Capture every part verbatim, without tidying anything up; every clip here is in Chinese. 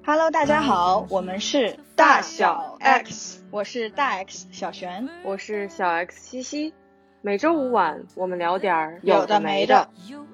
Hello， 大家好，我们是大小 X， 我是大 X 小璇， 我是小 X 西西。每周五晚，我们聊点儿有的没的。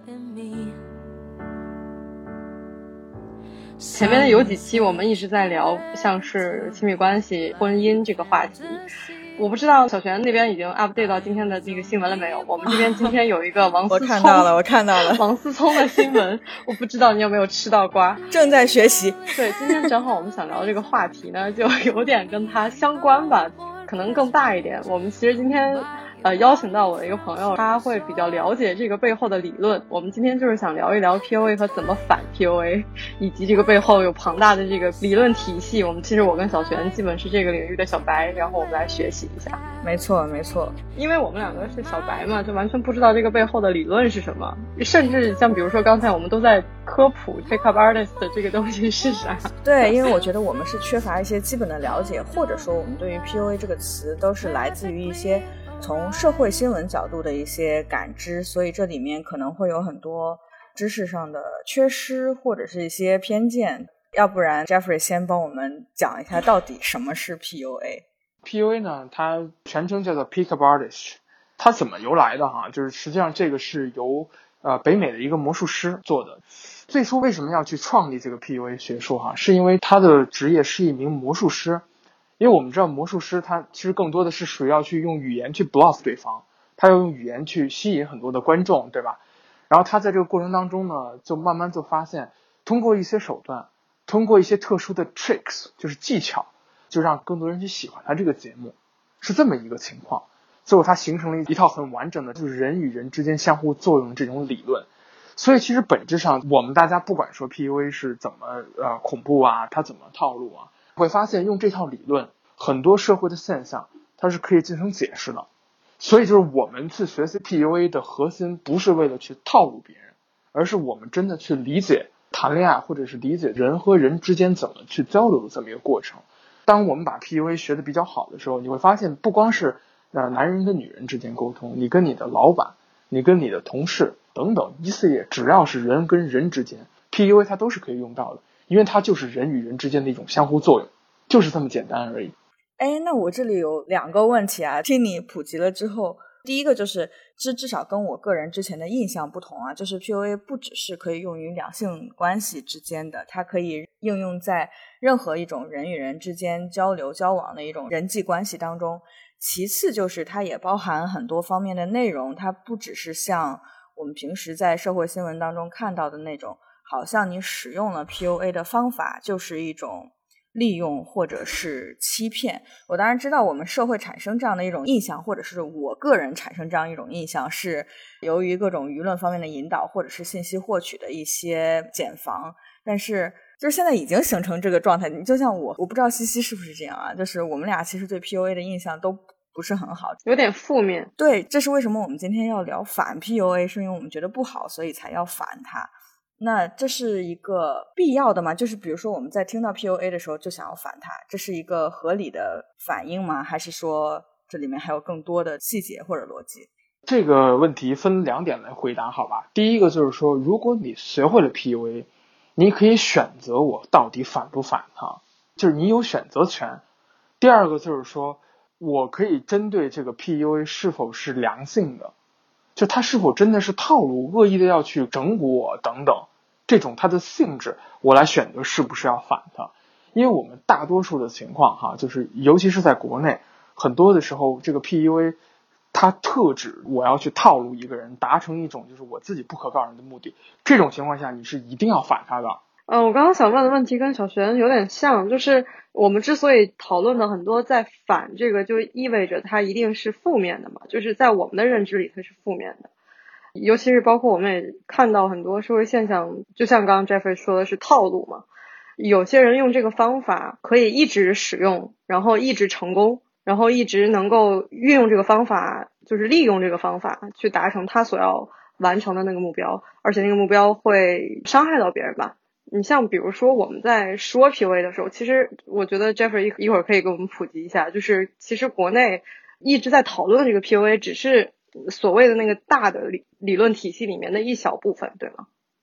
前面的有几期我们一直在聊像是亲密关系、婚姻这个话题，我不知道小璇那边已经 update 到今天的那个新闻了没有。我们这边今天有一个王思聪， 我看到了我看到了王思聪的新闻，我不知道你有没有吃到瓜。 正在学习。 对，今天正好我们想聊这个话题呢，就有点跟它相关吧，可能更大一点。我们其实今天呃，邀请到我的一个朋友，他会比较了解这个背后的理论。我们今天就是想聊一聊 P U A 和怎么反 P U A， 以及这个背后有庞大的这个理论体系。我们其实我跟小璇基本是这个领域的小白，然后我们来学习一下。 没错没错， 因为我们两个是小白嘛，就完全不知道这个背后的理论是什么，甚至像比如说刚才我们都在科普 Pickup Artist 的这个东西是啥。 对，因为我觉得我们是缺乏一些基本的了解，或者说我们对于 P U A 这个词都是来自于一些从社会新闻角度的一些感知，所以这里面可能会有很多知识上的缺失或者是一些偏见。要不然 Jeffrey 先帮我们讲一下到底什么是 P U A。P U A 呢，它全称叫做 Pickup Artist， 它怎么由来的哈？就是实际上这个是由呃北美的一个魔术师做的。最初为什么要去创立这个 P U A 学说哈？是因为他的职业是一名魔术师。因为我们知道魔术师他其实更多的是属于要去用语言去 bluff 对方，他要用语言去吸引很多的观众，对吧？然后他在这个过程当中呢，就慢慢就发现通过一些手段，通过一些特殊的 tricks， 就是技巧，就让更多人去喜欢他这个节目，是这么一个情况。最后他形成了一套很完整的就是人与人之间相互作用这种理论。所以其实本质上我们大家不管说 P U A 是怎么呃恐怖啊，它怎么套路啊，会发现用这套理论很多社会的现象它是可以进行解释的。所以就是我们去学习 P U A 的核心不是为了去套路别人，而是我们真的去理解谈恋爱或者是理解人和人之间怎么去交流的这么一个过程。当我们把 P U A 学得比较好的时候，你会发现不光是呃男人跟女人之间沟通，你跟你的老板，你跟你的同事等等一系列，只要是人跟人之间 P U A 它都是可以用到的，因为它就是人与人之间的一种相互作用，就是这么简单而已。 哎，那我这里有两个问题啊，听你普及了之后，第一个就是至至少跟我个人之前的印象不同啊，就是 P U A 不只是可以用于两性关系之间的，它可以应用在任何一种人与人之间交流交往的一种人际关系当中。其次就是它也包含很多方面的内容，它不只是像我们平时在社会新闻当中看到的那种，好像你使用了 P U A 的方法就是一种利用或者是欺骗。我当然知道我们社会产生这样的一种印象，或者是我个人产生这样一种印象，是由于各种舆论方面的引导或者是信息获取的一些茧房，但是就是现在已经形成这个状态。你就像我我不知道西西是不是这样啊，就是我们俩其实对 P U A 的印象都不是很好， 有点负面。 对，这是为什么我们今天要聊反 P U A， 是因为我们觉得不好所以才要反它。那这是一个必要的吗？就是比如说我们在听到 P U A 的时候就想要反它，这是一个合理的反应吗？还是说这里面还有更多的细节或者逻辑？ 这个问题分两点来回答好吧。第一个就是说，如果你学会了 P U A， 你可以选择我到底反不反它，就是你有选择权。第二个就是说，我可以针对这个 P U A 是否是良性的，就它是否真的是套路，恶意的要去整蛊我等等，这种它的性质我来选择是不是要反它。因为我们大多数的情况哈，就是尤其是在国内，很多的时候这个 P U A 它特指我要去套路一个人，达成一种就是我自己不可告人的目的，这种情况下你是一定要反它的。 嗯，我刚刚想问的问题跟小璇有点像，就是我们之所以讨论的很多在反这个，就意味着它一定是负面的嘛，就是在我们的认知里它是负面的。尤其是包括我们也看到很多社会现象，就像刚刚 Jeffrey 说的是套路嘛，有些人用这个方法可以一直使用，然后一直成功，然后一直能够运用这个方法，就是利用这个方法去达成他所要完成的那个目标，而且那个目标会伤害到别人吧。你像比如说我们在说 P U A 的时候，其实我觉得 Jeffrey 一会儿可以给我们普及一下，就是其实国内一直在讨论这个 P U A 只是所谓的那个大的理理论体系里面的一小部分，对吗？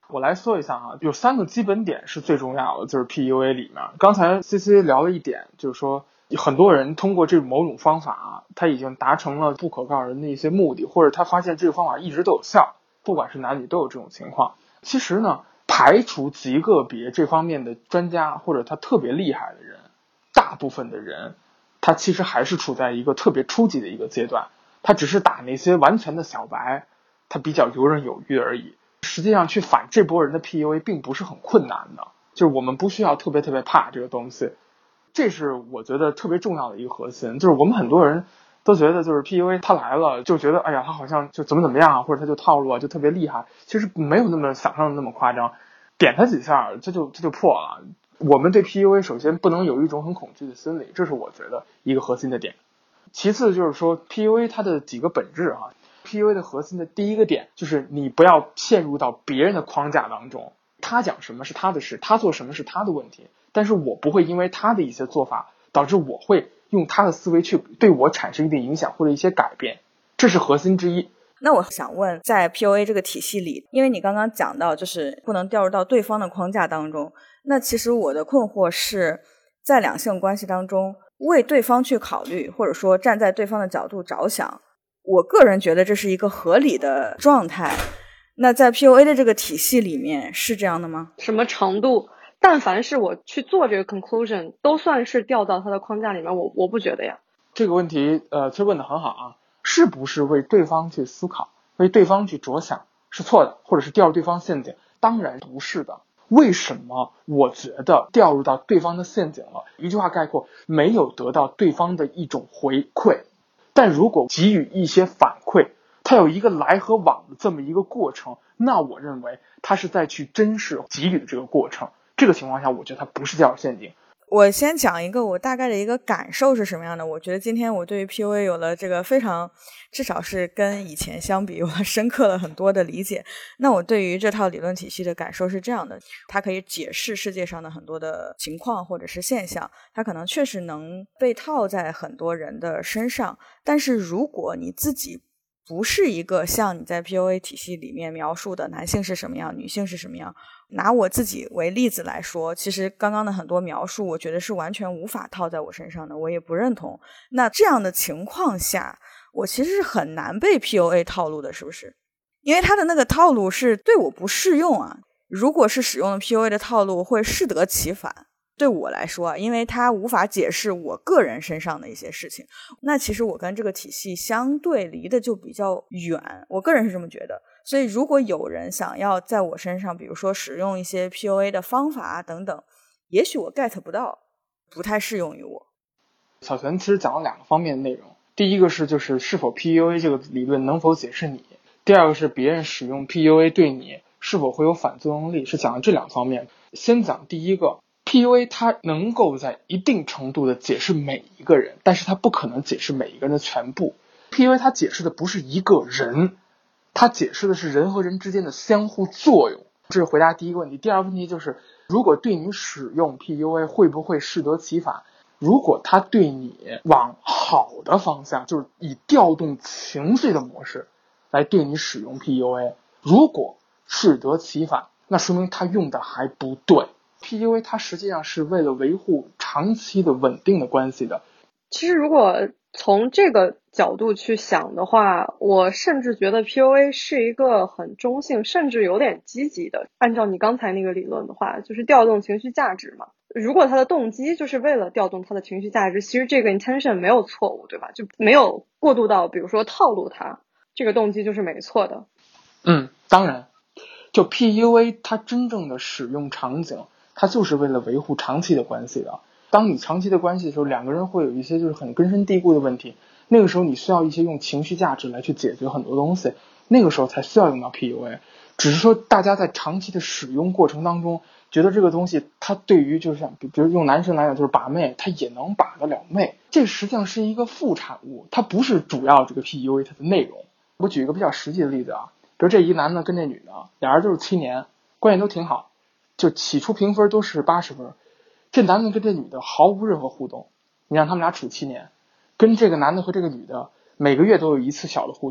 我来说一下哈，有三个基本点是最重要的，就是 P U A 里面。刚才 C C 聊了一点，就是说很多人通过这某种方法，他已经达成了不可告人的一些目的，或者他发现这个方法一直都有效，不管是男女都有这种情况。其实呢，排除极个别这方面的专家或者他特别厉害的人，大部分的人他其实还是处在一个特别初级的一个阶段，他只是打那些完全的小白，他比较游刃有余而已。实际上去反这波人的 P U A 并不是很困难的，就是我们不需要特别特别怕这个东西，这是我觉得特别重要的一个核心。就是我们很多人都觉得就是 P U A 他来了就觉得哎呀他好像就怎么怎么样啊，或者他就套路啊，就特别厉害，其实没有那么想象的那么夸张，点他几下这就这就破了。我们对 P U A 首先不能有一种很恐惧的心理，这是我觉得一个核心的点。其次就是说 P U A 它的几个本质啊，P U A 的核心的第一个点就是你不要陷入到别人的框架当中，他讲什么是他的事，他做什么是他的问题，但是我不会因为他的一些做法导致我会用他的思维去对我产生一定影响或者一些改变，这是核心之一。 那我想问，在 P U A 这个体系里，因为你刚刚讲到就是不能掉入到对方的框架当中，那其实我的困惑是在两性关系当中为对方去考虑，或者说站在对方的角度着想，我个人觉得这是一个合理的状态。那在 P U A 的这个体系里面是这样的吗？ 什么程度但凡是我去做这个 conclusion 都算是掉到他的框架里面，我我不觉得呀。 这个问题呃，其实问得很好啊，是不是为对方去思考，为对方去着想是错的，或者是掉入对方陷阱？当然不是的。为什么我觉得掉入到对方的陷阱了？一句话概括，没有得到对方的一种回馈。但如果给予一些反馈，它有一个来和往的这么一个过程，那我认为它是在去珍视给予的这个过程。这个情况下，我觉得它不是掉入陷阱。 我先讲一个我大概的一个感受是什么样的。我觉得今天我对于 P U A 有了这个非常，至少是跟以前相比有了深刻了很多的理解。那我对于这套理论体系的感受是这样的，它可以解释世界上的很多的情况或者是现象，它可能确实能被套在很多人的身上，但是如果你自己不是一个像你在 P U A 体系里面描述的男性是什么样，女性是什么样，拿我自己为例子来说，其实刚刚的很多描述我觉得是完全无法套在我身上的，我也不认同。那这样的情况下，我其实是很难被 P U A 套路的，是不是？因为他的那个套路是对我不适用啊。如果是使用了 P U A 的套路，会适得其反。对我来说啊，因为它无法解释我个人身上的一些事情，那其实我跟这个体系相对离得就比较远，我个人是这么觉得。所以如果有人想要在我身上比如说使用一些 P U A 的方法啊等等，也许我 get 不到，不太适用于我。 小璇其实讲了两个方面的内容，第一个是就是是否 P U A 这个理论能否解释你，第二个是别人使用 P U A 对你是否会有反作用力，是讲了这两方面。先讲第一个， P U A 它能够在一定程度的解释每一个人，但是它不可能解释每一个人的全部。 P U A 它解释的不是一个人，它解释的是人和人之间的相互作用。这是回答第一个问题。第二个问题就是如果对你使用 P U A 会不会适得其反。如果他对你往好的方向，就是以调动情绪的模式来对你使用 P U A， 如果适得其反，那说明他用的还不对。 P U A 它实际上是为了维护长期的稳定的关系的。 其实如果从这个角度去想的话，我甚至觉得 P U A 是一个很中性甚至有点积极的，按照你刚才那个理论的话，就是调动情绪价值嘛。如果他的动机就是为了调动他的情绪价值，其实这个 intention 没有错误，对吧？就没有过度到比如说套路他，这个动机就是没错的。 嗯，当然就 P U A 它真正的使用场景，它就是为了维护长期的关系的。当你长期的关系的时候，两个人会有一些就是很根深蒂固的问题，那个时候你需要一些用情绪价值来去解决很多东西，那个时候才需要用到 P U A。 只是说大家在长期的使用过程当中觉得这个东西它对于就是像比如用男生来讲就是把妹，它也能把得了妹，这实际上是一个副产物，它不是主要这个 P U A 它的内容。我举一个比较实际的例子啊，比如这一男的跟这女的俩人就是七年，关系都挺好，就起初评分都是八十分，这男的跟这女的毫无任何互动，你让他们俩处七年，跟这个男的和这个女的每个月都有一次小的互动，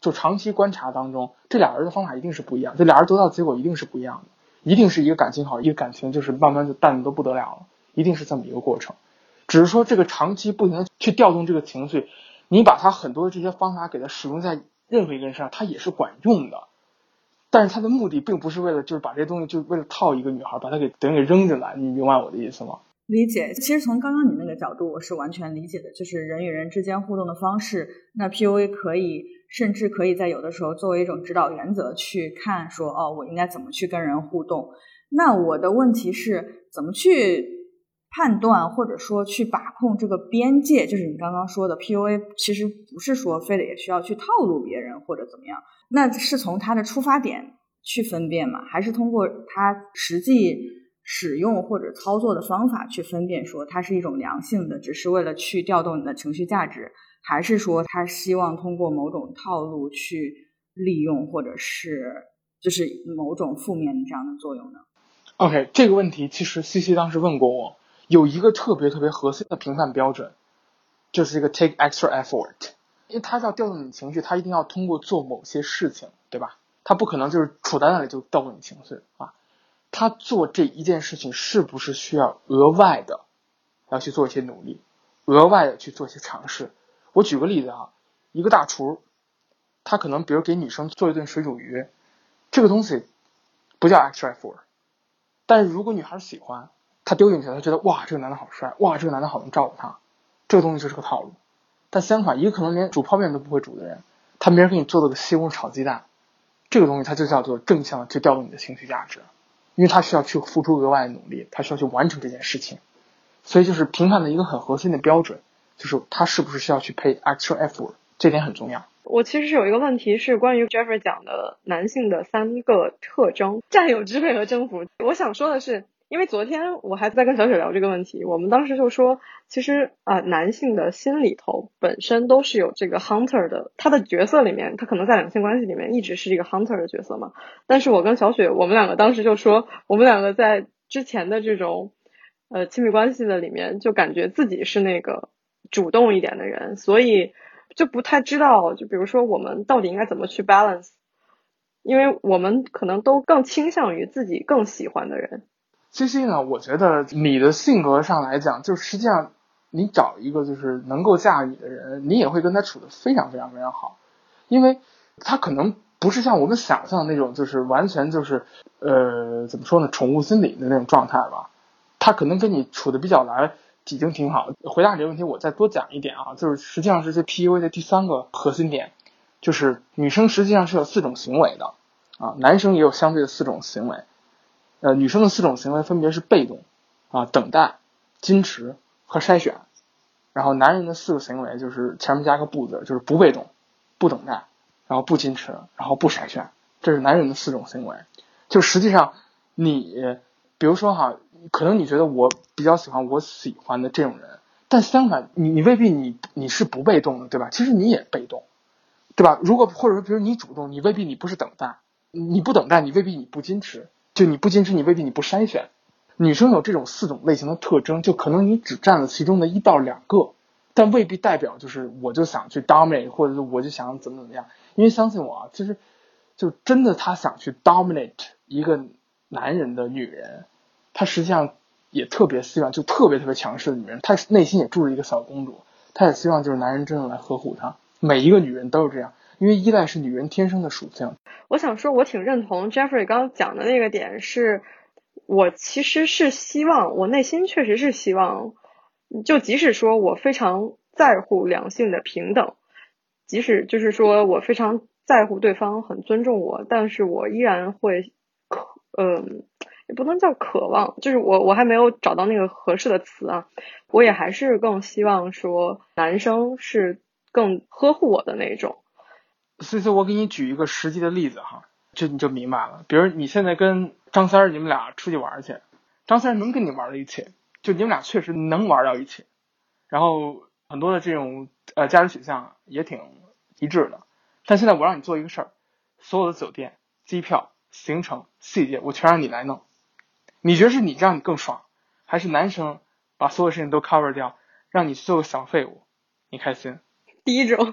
就长期观察当中，这俩人的方法一定是不一样，这俩人得到的结果一定是不一样的，一定是一个感情好，一个感情就是慢慢就淡的都不得了了，一定是这么一个过程。只是说这个长期不停的去调动这个情绪，你把它很多的这些方法给它使用在任何一个人身上，它也是管用的。但是它的目的并不是为了就是把这些东西就是为了套一个女孩，把它给等于给扔进来，你明白我的意思吗？ 理解。其实从刚刚你那个角度我是完全理解的，就是人与人之间互动的方式，那 P U A 可以甚至可以在有的时候作为一种指导原则去看说，哦，我应该怎么去跟人互动。那我的问题是怎么去判断或者说去把控这个边界，就是你刚刚说的 P U A 其实不是说非得也需要去套路别人或者怎么样，那是从他的出发点去分辨吗？还是通过他实际使用或者操作的方法去分辨说它是一种良性的，只是为了去调动你的情绪价值，还是说他希望通过某种套路去利用或者是就是某种负面的这样的作用呢？ OK， 这个问题其实 C C 当时问过我，有一个特别特别核心的评判标准，就是这个 take extra effort， 因为他要调动你情绪，他一定要通过做某些事情，对吧？他不可能就是处在那里就调动你情绪啊。他做这一件事情是不是需要额外的要去做一些努力，额外的去做一些尝试？我举个例子啊，一个大厨，他可能比如给女生做一顿水煮鱼，这个东西不叫 extra effort， 但是如果女孩喜欢，他丢进去，他觉得哇这个男的好帅，哇这个男的好能照顾他，这个东西就是个套路。但相反，一个可能连煮泡面都不会煮的人，他明儿给你做了个西红柿炒鸡蛋，这个东西它就叫做正向的去调动你的情绪价值，因为他需要去付出额外的努力，他需要去完成这件事情。所以就是评判的一个很核心的标准，就是他是不是需要去 pay extra effort， 这点很重要。 我其实是有一个问题是关于 Jeffrey 讲的男性的三个特征：占有、支配和征服。我想说的是，因为昨天我还在跟小雪聊这个问题，我们当时就说，其实啊、呃，男性的心里头本身都是有这个 hunter 的，他的角色里面，他可能在两性关系里面一直是这个 hunter 的角色嘛。但是我跟小雪，我们两个当时就说，我们两个在之前的这种呃亲密关系的里面，就感觉自己是那个主动一点的人，所以就不太知道，就比如说我们到底应该怎么去 balance， 因为我们可能都更倾向于自己更喜欢的人。 C C 呢，我觉得你的性格上来讲，就实际上你找一个就是能够驾驭你的人，你也会跟他处得非常非常非常好，因为他可能不是像我们想象的那种，就是完全就是呃怎么说呢，宠物心理的那种状态吧，他可能跟你处得比较来。已经挺好。回答这个问题我再多讲一点啊，就是实际上是这 P U A 的第三个核心点，就是女生实际上是有四种行为的啊，男生也有相对的四种行为。呃，女生的四种行为分别是被动啊、等待、矜持和筛选。然后男人的四个行为就是前面加个不字，就是不被动、不等待，然后不矜持，然后不筛选。这是男人的四种行为。就实际上你比如说哈，可能你觉得我比较喜欢我喜欢的这种人，但相反你你未必你你是不被动的，对吧？其实你也被动，对吧？如果或者说比如你主动，你未必你不是等待，你不等待你未必你不矜持，就你不矜持你未必你不筛选。女生有这种四种类型的特征，就可能你只占了其中的一到两个，但未必代表就是我就想去 dominate， 或者是我就想怎么怎么样。因为相信我啊，其实就真的他想去 dominate 一个男人的女人，她实际上也特别希望就特别特别强势的女人，她内心也住着一个小公主，她也希望就是男人真正来呵护她。每一个女人都是这样，因为依赖是女人天生的属性。 我想说我挺认同 Jeffrey 刚刚讲的那个点，是我其实是希望，我内心确实是希望，就即使说我非常在乎两性的平等，即使就是说我非常在乎对方很尊重我，但是我依然会渴嗯也不能叫渴望，就是我我还没有找到那个合适的词啊，我也还是更希望说男生是更呵护我的那种。 所以说我给你举一个实际的例子哈，这你就明白了。比如你现在跟张三儿你们俩出去玩去，张三儿能跟你玩到一起，就你们俩确实能玩到一起，然后很多的这种呃价值取向也挺一致的。但现在我让你做一个事儿，所有的酒店、机票、行程、细节我全让你来弄，你觉得是你这样你更爽，还是男生把所有事情都 cover 掉，让你去做个小废物，你开心？ 第一种。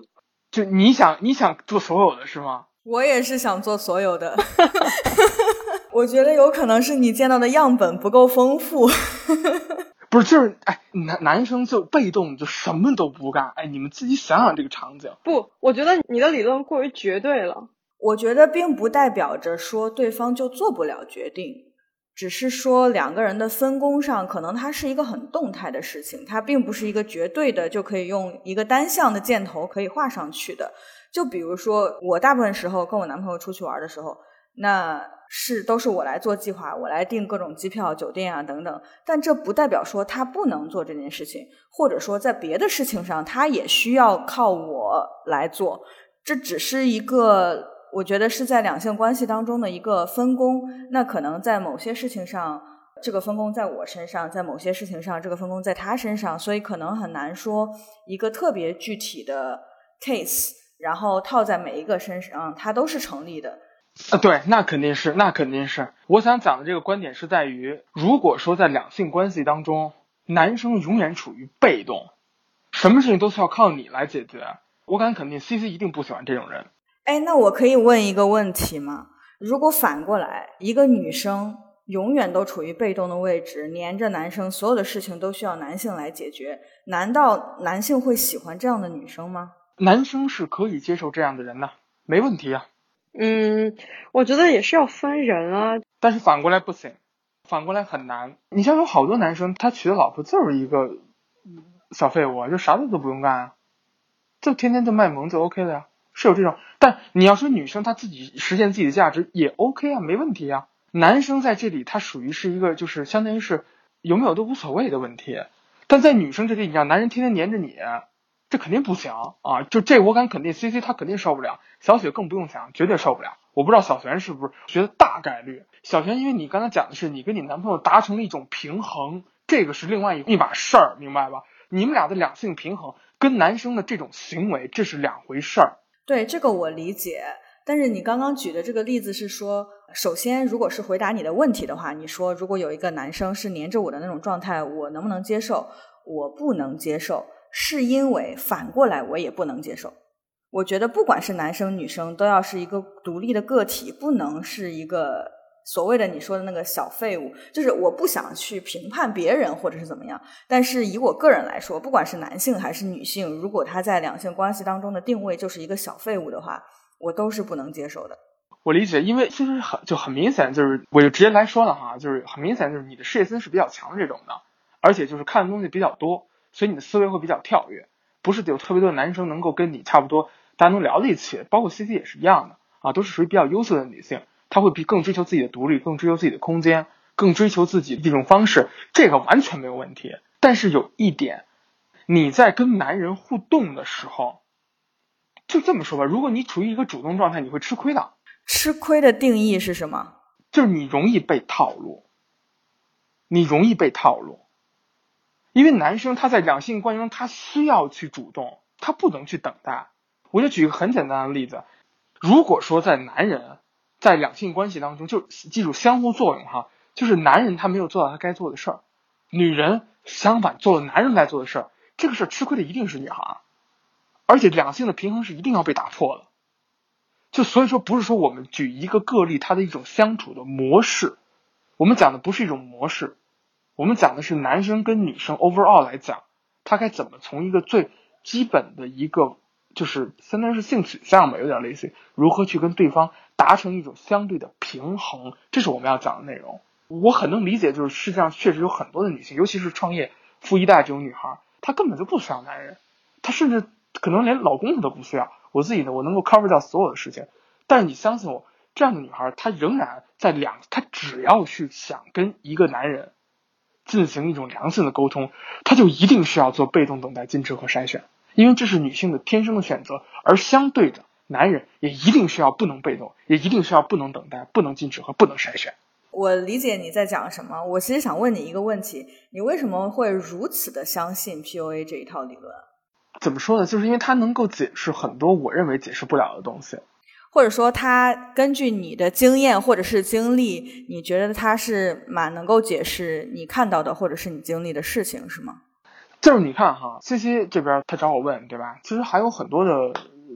就你想你想做所有的是吗？ 我也是想做所有的。我觉得有可能是你见到的样本不够丰富。 不是，就是哎，男男生就被动，就什么都不干。哎，你们自己想想这个场景。 不，我觉得你的理论过于绝对了。 我觉得并不代表着说对方就做不了决定，只是说两个人的分工上，可能它是一个很动态的事情，它并不是一个绝对的就可以用一个单向的箭头可以画上去的。就比如说，我大部分时候跟我男朋友出去玩的时候，那是都是我来做计划，我来订各种机票、酒店啊等等，但这不代表说他不能做这件事情，或者说在别的事情上他也需要靠我来做。这只是一个我觉得是在两性关系当中的一个分工，那可能在某些事情上这个分工在我身上，在某些事情上这个分工在他身上，所以可能很难说一个特别具体的 case， 然后套在每一个身上它都是成立的。 啊，对，那肯定是，那肯定是。我想讲的这个观点是在于，如果说在两性关系当中，男生永远处于被动，什么事情都是要靠你来解决，我敢肯定 C C 一定不喜欢这种人。 哎，那我可以问一个问题吗？如果反过来，一个女生永远都处于被动的位置，黏着男生，所有的事情都需要男性来解决，难道男性会喜欢这样的女生吗？ 男生是可以接受这样的人的，没问题啊。 嗯，我觉得也是要分人啊。 但是反过来不行，反过来很难。你像有好多男生，他娶的老婆就是一个小废物，就啥都不用干啊，就天天就卖萌就 OK 了呀，是有这种。但你要说女生她自己实现自己的价值也 OK 啊，没问题啊。男生在这里他属于是一个就是相当于是有没有都无所谓的问题，但在女生这里，你让男人天天黏着你，这肯定不行啊！就这我敢肯定 C C 他肯定受不了，小雪更不用想，绝对受不了。我不知道小璇是不是觉得大概率，小璇因为你刚才讲的是你跟你男朋友达成了一种平衡，这个是另外一码事儿，明白吧？你们俩的两性平衡跟男生的这种行为这是两回事儿。 对，这个我理解。但是你刚刚举的这个例子是说，首先如果是回答你的问题的话，你说如果有一个男生是黏着我的那种状态，我能不能接受？我不能接受，是因为反过来我也不能接受。我觉得不管是男生女生都要是一个独立的个体，不能是一个所谓的你说的那个小废物。就是我不想去评判别人或者是怎么样，但是以我个人来说，不管是男性还是女性，如果他在两性关系当中的定位就是一个小废物的话，我都是不能接受的。 我理解，因为其实很就很明显，就是我就直接来说了哈，就是很明显就是你的事业心是比较强的这种的，而且就是看的东西比较多，所以你的思维会比较跳跃，不是有特别多的男生能够跟你差不多大家能聊在一起，包括 C C 也是一样的啊，都是属于比较优秀的女性，她会比更追求自己的独立，更追求自己的空间，更追求自己的这种方式，这个完全没有问题。但是有一点，你在跟男人互动的时候，就这么说吧，如果你处于一个主动状态，你会吃亏的。 吃亏的定义是什么？ 就是你容易被套路，你容易被套路。因为男生他在两性关系中他需要去主动，他不能去等待。我就举一个很简单的例子，如果说在男人在两性关系当中，就记住相互作用哈，就是男人他没有做到他该做的事儿，女人相反做了男人该做的事儿，这个事儿吃亏的一定是女孩，而且两性的平衡是一定要被打破的。就所以说不是说我们举一个个例他的一种相处的模式，我们讲的不是一种模式，我们讲的是男生跟女生 overall 来讲，他该怎么从一个最基本的一个就是相当于是性取向吧，有点类似于如何去跟对方达成一种相对的平衡，这是我们要讲的内容。我很能理解，就是世界上确实有很多的女性，尤其是创业富一代这种女孩，她根本就不需要男人，她甚至可能连老公她都不需要。我自己呢，我能够 cover 掉所有的事情，但是你相信我，这样的女孩她仍然在两，她只要去想跟一个男人进行一种良性的沟通，她就一定需要做被动等待、矜持和筛选，因为这是女性的天生的选择。而相对的，男人也一定需要不能被动，也一定需要不能等待、不能矜持和不能筛选。 我理解你在讲什么，我其实想问你一个问题，你为什么会如此的相信 P U A 这一套理论？ 怎么说呢，就是因为它能够解释很多我认为解释不了的东西， 或者说它根据你的经验或者是经历，你觉得它是蛮能够解释你看到的或者是你经历的事情，是吗？ 就是你看哈 C C 这边他找我问，对吧，其实还有很多的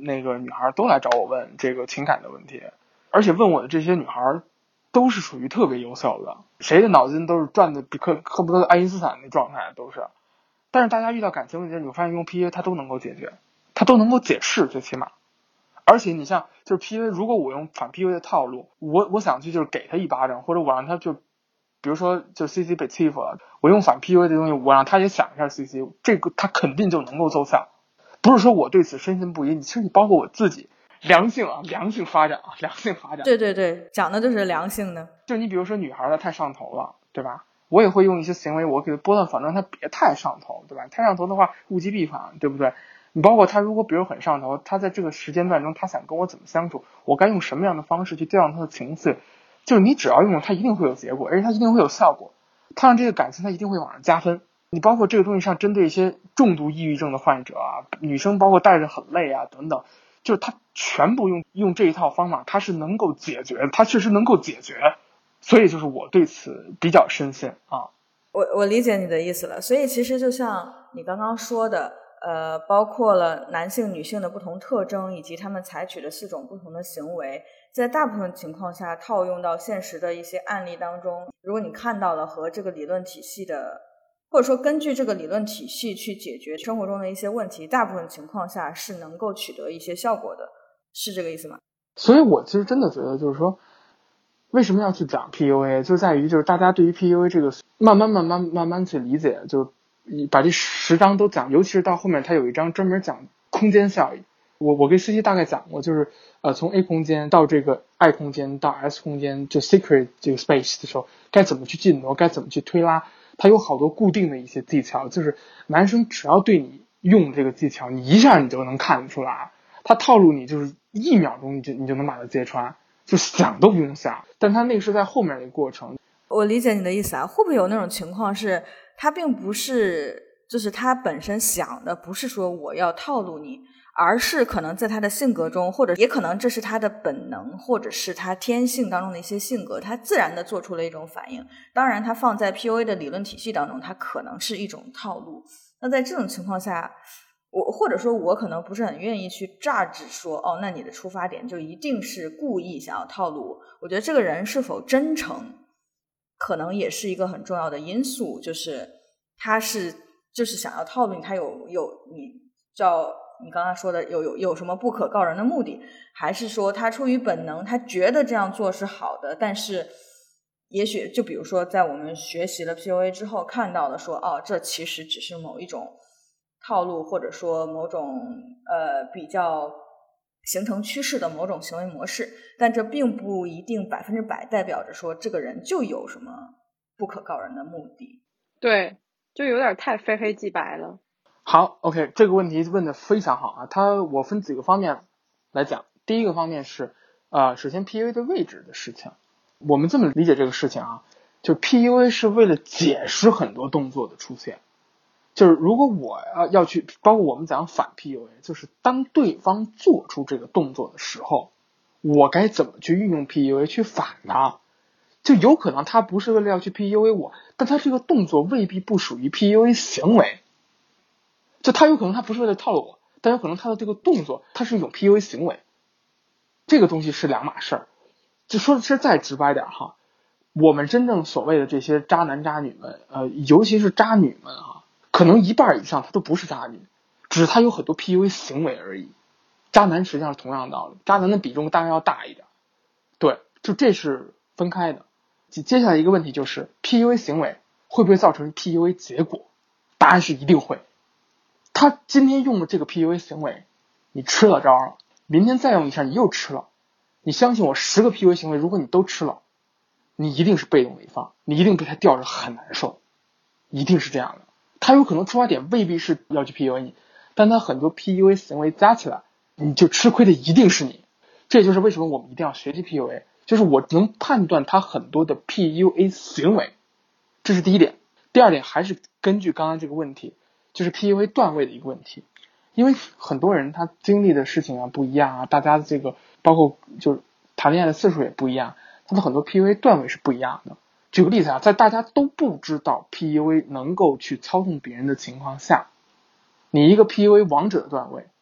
那个女孩都来找我问这个情感的问题，而且问我的这些女孩都是属于特别优秀的，谁的脑筋都是转的比克恨不得爱因斯坦那状态都是。但是大家遇到感情问题，你会发现用 P U A 它都能够解决，它都能够解释，最起码。而且你像就是 P U A， 如果我用反 P U A 的套路，我我想去就是给他一巴掌，或者我让他就比如说就 C C 被欺负了，我用反 P U A 的东西，我让他也想一下 C C， 这个他肯定就能够奏效。不是说我对此深信不疑，其实你包括我自己良性啊，良性发展啊，良性发展。 对对对，讲的就是良性的。 就你比如说女孩她太上头了，对吧？我也会用一些行为，我给她拨乱反正她别太上头，对吧？太上头的话物极必反，对不对？你包括她如果比如很上头，她在这个时间段中她想跟我怎么相处，我该用什么样的方式去调动她的情绪，就是你只要用它一定会有结果，而且它一定会有效果，它让这个感情它一定会往上加分。你包括这个东西上针对一些重度抑郁症的患者啊，女生包括带着很累啊等等，就是它全部用用这一套方法，它是能够解决的，它确实能够解决，所以就是我对此比较深信啊。 我我理解你的意思了，所以其实就像你刚刚说的，呃，包括了男性、女性的不同特征，以及他们采取的四种不同的行为，在大部分情况下套用到现实的一些案例当中，如果你看到了和这个理论体系的，或者说根据这个理论体系去解决生活中的一些问题，大部分情况下是能够取得一些效果的，是这个意思吗？ 所以我其实真的觉得就是说，为什么要去讲 P U A， 就在于就是大家对于 P U A 这个慢慢慢慢慢慢去理解，就是把这十章都讲，尤其是到后面它有一章专门讲空间效应。我我跟 C C 大概讲过，就是呃从 A 空间到这个 I 空间到 S 空间，就 secret 这个 space 的时候，该怎么去进挪，该怎么去推拉，它有好多固定的一些技巧，就是男生只要对你用这个技巧，你一下你就能看得出来，他套路你就是一秒钟你就你就能把它揭穿，就想都不用想。但他那个是在后面的一个过程。 我理解你的意思啊，会不会有那种情况是他并不是就是他本身想的不是说我要套路你，而是可能在他的性格中，或者也可能这是他的本能，或者是他天性当中的一些性格，他自然的做出了一种反应。当然他放在 P U A 的理论体系当中，它可能是一种套路。那在这种情况下，我或者说我可能不是很愿意去judge说，哦，那你的出发点就一定是故意想要套路我。我觉得这个人是否真诚可能也是一个很重要的因素，就是他是就是想要套路你，他有有你叫你刚才说的有有有什么不可告人的目的，还是说他出于本能，他觉得这样做是好的，但是也许就比如说在我们学习了 P U A 之后看到的说，哦，这其实只是某一种套路，或者说某种呃比较形成趋势的某种行为模式，但这并不一定百分之百代表着说这个人就有什么不可告人的目的。 对，就有点太非黑即白了。 好 OK， 这个问题问的非常好啊，它我分几个方面来讲。第一个方面是呃，首先 P U A 的位置的事情，我们这么理解这个事情啊，就 P U A 是为了解释很多动作的出现。就是如果我要要去，包括我们讲反 P U A， 就是当对方做出这个动作的时候，我该怎么去运用 P U A 去反他？就有可能他不是为了要去 P U A 我，但他这个动作未必不属于 P U A 行为。就他有可能他不是为了套路我，但有可能他的这个动作他是一种 P U A 行为，这个东西是两码事儿。就说的是再直白点哈，我们真正所谓的这些渣男渣女们，呃，尤其是渣女们哈。可能一半以上他都不是渣女，只是他有很多 P U A 行为而已。渣男实际上是同样的道理，渣男的比重当然要大一点。对，就这是分开的。接下来一个问题就是 P U A 行为会不会造成 P U A 结果？答案是一定会。他今天用的这个 P U A 行为，你吃了招了，明天再用一下你又吃了。你相信我，十个 P U A 行为如果你都吃了，你一定是被动的一方，你一定被他吊着很难受，一定是这样的。他有可能出发点未必是要去 P U A 你，但他很多 P U A 行为加起来，你就吃亏的一定是你。这就是为什么我们一定要学习 P U A， 就是我能判断他很多的 P U A 行为，这是第一点。第二点还是根据刚刚这个问题，就是 P U A 段位的一个问题。因为很多人他经历的事情啊不一样啊，大家的这个包括就是谈恋爱的次数也不一样，他的很多 P U A 段位是不一样的。举个例子啊，在大家都不知道 P U A 能够去操纵别人的情况下，你一个 P U A 王者的段位，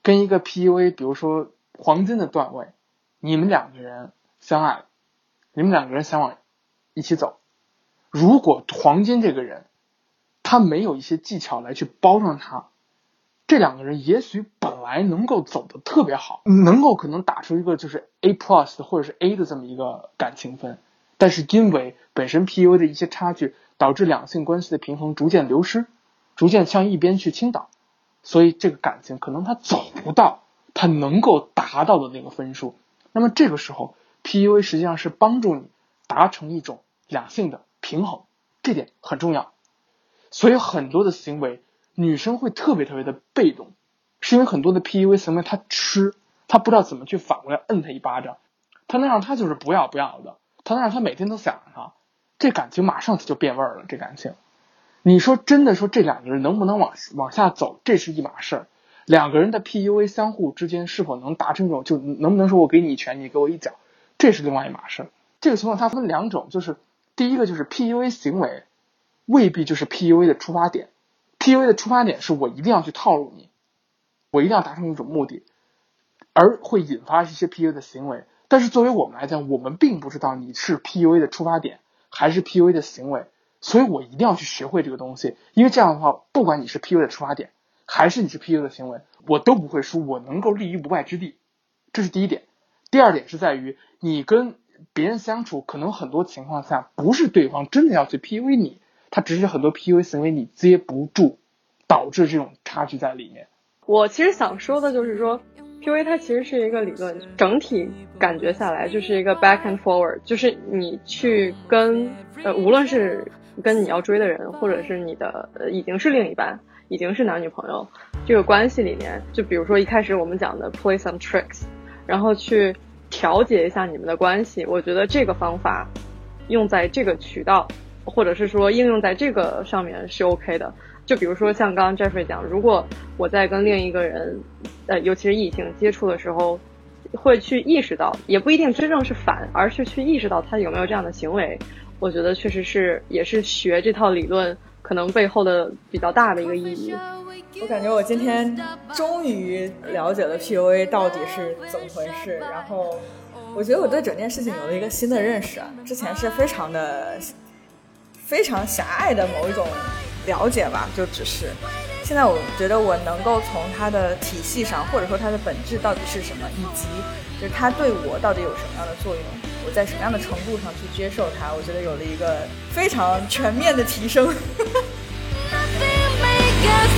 跟一个 P U A 比如说黄金的段位，你们两个人相爱了，你们两个人想往一起走，如果黄金这个人他没有一些技巧来去包装他，这两个人也许本来能够走得特别好，能够可能打出一个就是 A plus 或者是 A 的这么一个感情分，但是因为本身 P U A 的一些差距，导致两性关系的平衡逐渐流失，逐渐向一边去倾倒，所以这个感情可能他走不到他能够达到的那个分数。那么这个时候 P U A 实际上是帮助你达成一种两性的平衡，这点很重要。所以很多的行为女生会特别特别的被动，是因为很多的 P U A 行为她吃，她不知道怎么去反过来摁她一巴掌，她能让她就是不要不要的，她能让她每天都想着她，这感情马上就变味了。这感情你说真的说这两个人能不能往往下走，这是一码事儿。两个人的 P U A 相互之间是否能达成这种，就能不能说我给你一拳你给我一脚，这是另外一码事儿。这个情况它分两种，就是第一个就是 P U A 行为未必就是 P U A 的出发点， P U A 的出发点是我一定要去套路你，我一定要达成一种目的，而会引发一些 P U A 的行为。但是作为我们来讲，我们并不知道你是 P U A 的出发点还是 P U A 的行为，所以我一定要去学会这个东西。因为这样的话，不管你是 P U A 的出发点还是你是 P U A 的行为，我都不会输，我能够立于不败之地，这是第一点。第二点是在于你跟别人相处，可能很多情况下不是对方真的要去 P U A 你，他只是很多 P U A 行为你接不住，导致这种差距在里面。 我其实想说的就是说 P U A 它其实是一个理论，整体感觉下来就是一个 back and forward， 就是你去跟呃无论是跟你要追的人，或者是你的呃已经是另一半，已经是男女朋友这个关系里面，就比如说一开始我们讲的 play some tricks， 然后去调节一下你们的关系。我觉得这个方法用在这个渠道，或者是说应用在这个上面是 OK 的。就比如说像刚刚 Jeffrey 讲，如果我在跟另一个人呃，尤其是异性接触的时候，会去意识到，也不一定真正是反，而是去意识到他有没有这样的行为，我觉得确实是也是学这套理论可能背后的比较大的一个意义。 我感觉我今天终于了解了 P U A 到底是怎么回事，然后我觉得我对整件事情有了一个新的认识啊，之前是非常的非常狭隘的某一种了解吧，就只是现在我觉得我能够从它的体系上，或者说它的本质到底是什么，以及就是它对我到底有什么样的作用，我在什么样的程度上去接受它，我觉得有了一个非常全面的提升。